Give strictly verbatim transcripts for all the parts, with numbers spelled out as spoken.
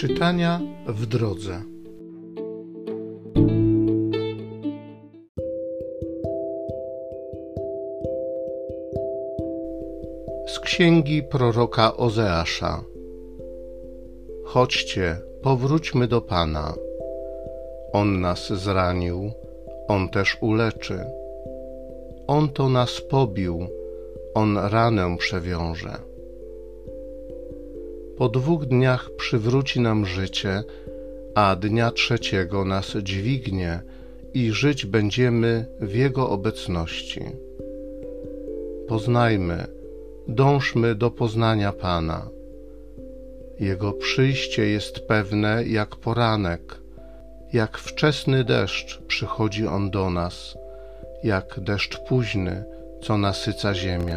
Czytania w drodze. Z księgi proroka Ozeasza. Chodźcie, powróćmy do Pana. On nas zranił, On też uleczy. On to nas pobił, On ranę przewiąże. Po dwóch dniach przywróci nam życie, a dnia trzeciego nas dźwignie i żyć będziemy w Jego obecności. Poznajmy, dążmy do poznania Pana. Jego przyjście jest pewne jak poranek, jak wczesny deszcz przychodzi On do nas, jak deszcz późny, co nasyca ziemię.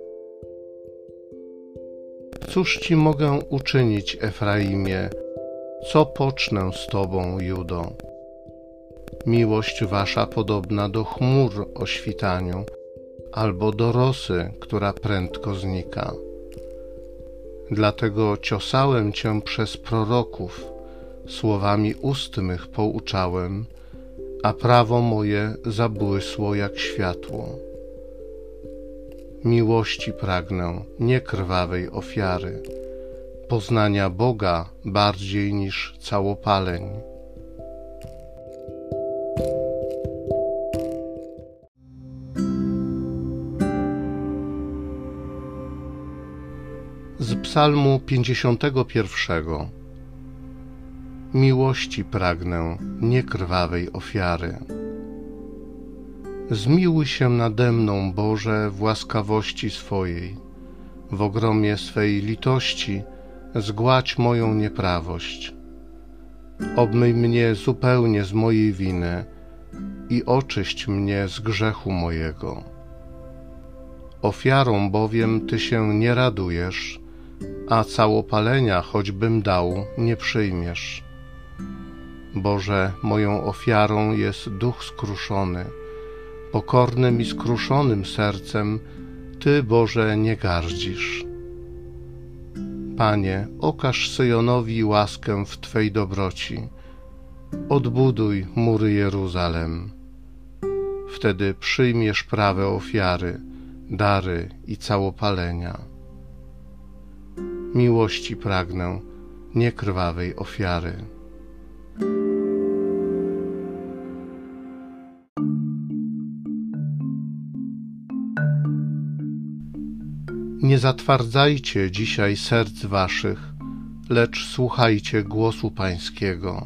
Cóż Ci mogę uczynić, Efraimie? Co pocznę z Tobą, Judo? Miłość Wasza podobna do chmur o świtaniu, albo do rosy, która prędko znika. Dlatego ciosałem Cię przez proroków, słowami ust mych pouczałem, a prawo moje zabłysło jak światło. Miłości pragnę, nie krwawej ofiary, poznania Boga bardziej niż całopaleń. Z Psalmu pięćdziesiątego pierwszego. Miłości pragnę, nie krwawej ofiary. Zmiłuj się nade mną, Boże, w łaskawości swojej. W ogromie swej litości zgładź moją nieprawość. Obmyj mnie zupełnie z mojej winy i oczyść mnie z grzechu mojego. Ofiarą bowiem Ty się nie radujesz, a całopalenia, choćbym dał, nie przyjmiesz. Boże, moją ofiarą jest duch skruszony. Pokornym i skruszonym sercem Ty, Boże, nie gardzisz. Panie, okaż Syjonowi łaskę w Twej dobroci. Odbuduj mury Jeruzalem. Wtedy przyjmiesz prawe ofiary, dary i całopalenia. Miłości pragnę, nie krwawej ofiary. Nie zatwardzajcie dzisiaj serc waszych, lecz słuchajcie głosu Pańskiego.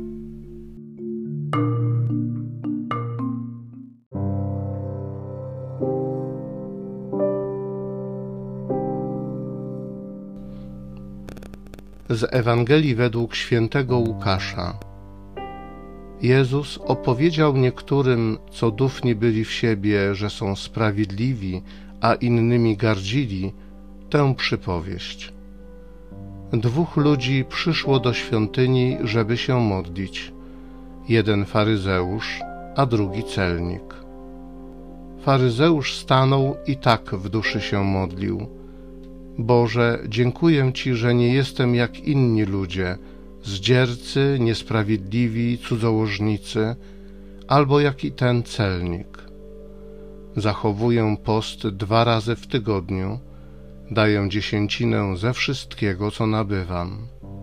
Z Ewangelii według świętego Łukasza. Jezus opowiedział niektórym, co dufni byli w siebie, że są sprawiedliwi, a innymi gardzili, tę przypowieść. Dwóch ludzi przyszło do świątyni, żeby się modlić. Jeden faryzeusz, a drugi celnik. Faryzeusz stanął i tak w duszy się modlił. Boże, dziękuję Ci, że nie jestem jak inni ludzie, zdziercy, niesprawiedliwi, cudzołożnicy, albo jak i ten celnik. Zachowuję post dwa razy w tygodniu, daję dziesięcinę ze wszystkiego, co nabywam.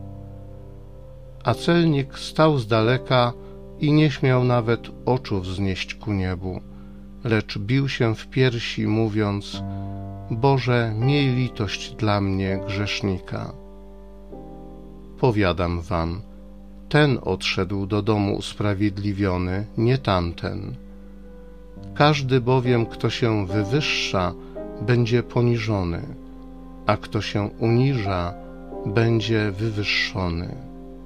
A celnik stał z daleka i nie śmiał nawet oczu wznieść ku niebu, lecz bił się w piersi, mówiąc: Boże, miej litość dla mnie, grzesznika. Powiadam wam, ten odszedł do domu usprawiedliwiony, nie tamten. Każdy bowiem, kto się wywyższa, będzie poniżony, a kto się uniża, będzie wywyższony.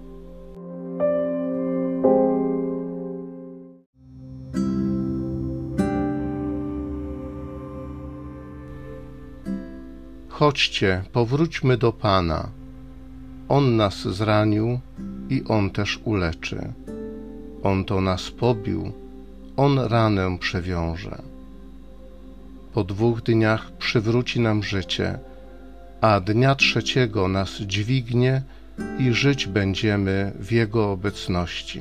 Chodźcie, powróćmy do Pana. On nas zranił i On też uleczy. On to nas pobił, On ranę przewiąże. Po dwóch dniach przywróci nam życie, a dnia trzeciego nas dźwignie i żyć będziemy w Jego obecności.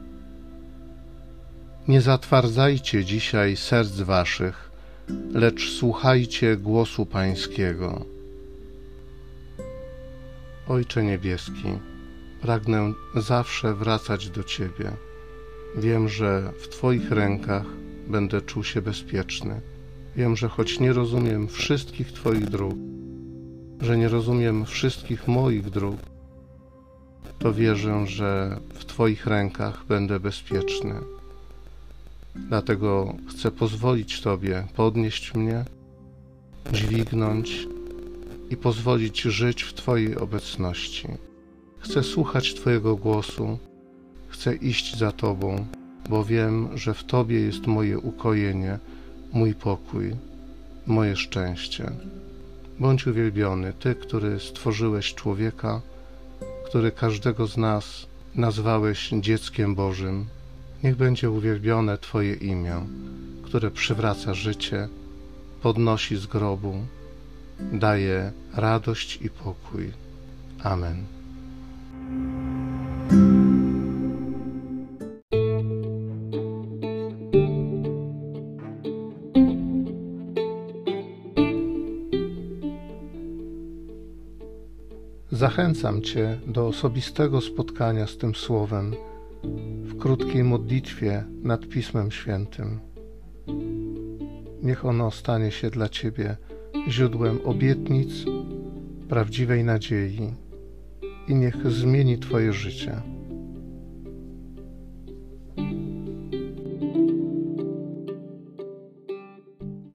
Nie zatwardzajcie dzisiaj serc waszych, lecz słuchajcie głosu Pańskiego. Ojcze Niebieski, pragnę zawsze wracać do Ciebie. Wiem, że w Twoich rękach będę czuł się bezpieczny. Wiem, że choć nie rozumiem wszystkich Twoich dróg, że nie rozumiem wszystkich moich dróg, to wierzę, że w Twoich rękach będę bezpieczny. Dlatego chcę pozwolić Tobie podnieść mnie, dźwignąć i pozwolić żyć w Twojej obecności. Chcę słuchać Twojego głosu, chcę iść za Tobą, bo wiem, że w Tobie jest moje ukojenie, mój pokój, moje szczęście. Bądź uwielbiony, Ty, który stworzyłeś człowieka, który każdego z nas nazwałeś dzieckiem Bożym. Niech będzie uwielbione Twoje imię, które przywraca życie, podnosi z grobu, daje radość i pokój. Amen. Zachęcam Cię do osobistego spotkania z tym Słowem w krótkiej modlitwie nad Pismem Świętym. Niech ono stanie się dla Ciebie źródłem obietnic, prawdziwej nadziei i niech zmieni Twoje życie.